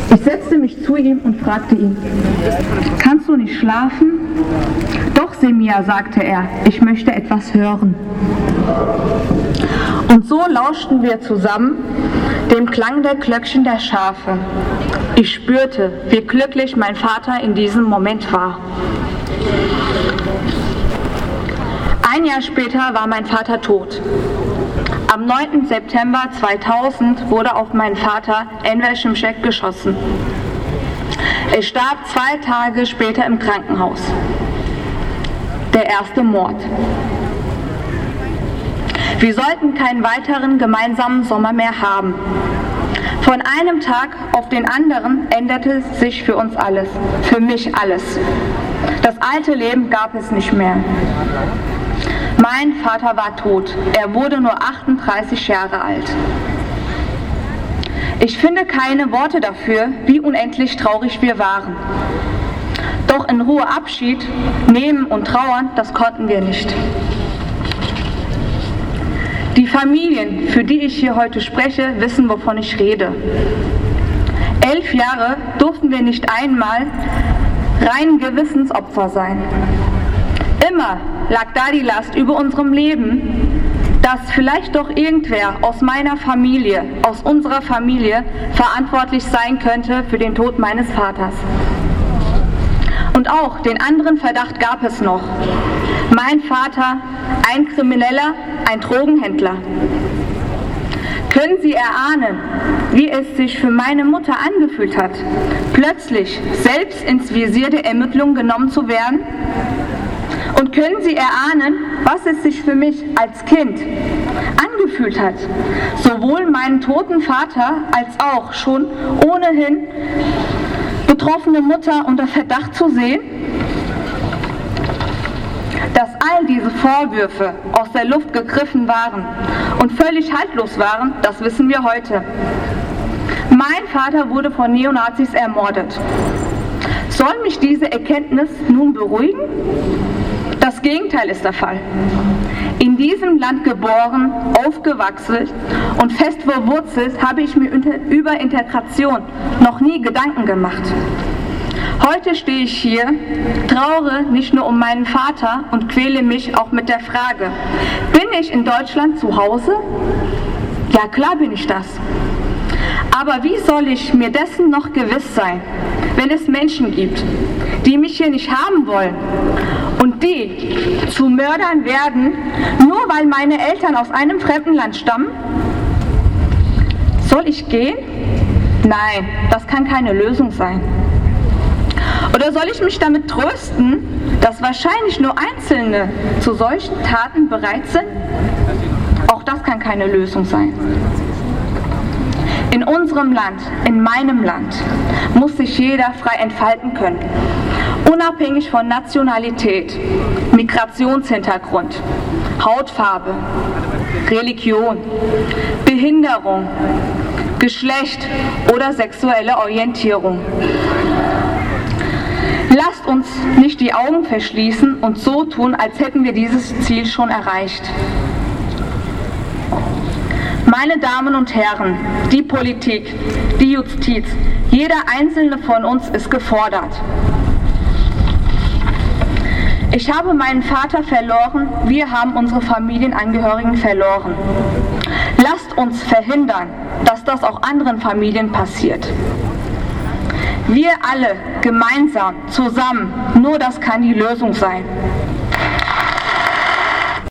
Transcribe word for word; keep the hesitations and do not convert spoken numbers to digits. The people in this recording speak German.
Ich setzte mich zu ihm und fragte ihn: Kannst du nicht schlafen? Doch, Semia, sagte er, ich möchte etwas hören. Und so lauschten wir zusammen dem Klang der Glöckchen der Schafe. Ich spürte, wie glücklich mein Vater in diesem Moment war. Ein Jahr später war mein Vater tot. Am neunten September zweitausend wurde auf meinen Vater Enver Şimşek geschossen. Er starb zwei Tage später im Krankenhaus. Der erste Mord. Wir sollten keinen weiteren gemeinsamen Sommer mehr haben. Von einem Tag auf den anderen änderte sich für uns alles, für mich alles. Das alte Leben gab es nicht mehr. Mein Vater war tot. Er wurde nur achtunddreißig Jahre alt. Ich finde keine Worte dafür, wie unendlich traurig wir waren. Doch in Ruhe Abschied nehmen und trauern, das konnten wir nicht. Die Familien, für die ich hier heute spreche, wissen, wovon ich rede. Elf Jahre durften wir nicht einmal rein Gewissensopfer sein. Immer lag da die Last über unserem Leben, dass vielleicht doch irgendwer aus meiner Familie, aus unserer Familie verantwortlich sein könnte für den Tod meines Vaters. Und auch den anderen Verdacht gab es noch. Mein Vater, ein Krimineller, ein Drogenhändler. Können Sie erahnen, wie es sich für meine Mutter angefühlt hat, plötzlich selbst ins Visier der Ermittlungen genommen zu werden? Und können Sie erahnen, was es sich für mich als Kind angefühlt hat, sowohl meinen toten Vater als auch schon ohnehin betroffene Mutter unter Verdacht zu sehen? Dass all diese Vorwürfe aus der Luft gegriffen waren und völlig haltlos waren, das wissen wir heute. Mein Vater wurde von Neonazis ermordet. Soll mich diese Erkenntnis nun beruhigen? Das Gegenteil ist der Fall. In diesem Land geboren, aufgewachsen und fest verwurzelt, habe ich mir über Integration noch nie Gedanken gemacht. Heute stehe ich hier, traure nicht nur um meinen Vater und quäle mich auch mit der Frage: Bin ich in Deutschland zu Hause? Ja, klar bin ich das. Aber wie soll ich mir dessen noch gewiss sein, wenn es Menschen gibt, die mich hier nicht haben wollen und die zu Mördern werden, nur weil meine Eltern aus einem fremden Land stammen? Soll ich gehen? Nein, das kann keine Lösung sein. Oder soll ich mich damit trösten, dass wahrscheinlich nur Einzelne zu solchen Taten bereit sind? Auch das kann keine Lösung sein. In unserem Land, in meinem Land, muss sich jeder frei entfalten können, unabhängig von Nationalität, Migrationshintergrund, Hautfarbe, Religion, Behinderung, Geschlecht oder sexuelle Orientierung. Lasst uns nicht die Augen verschließen und so tun, als hätten wir dieses Ziel schon erreicht. Meine Damen und Herren, die Politik, die Justiz, jeder einzelne von uns ist gefordert. Ich habe meinen Vater verloren, wir haben unsere Familienangehörigen verloren. Lasst uns verhindern, dass das auch anderen Familien passiert. Wir alle gemeinsam, zusammen, nur das kann die Lösung sein.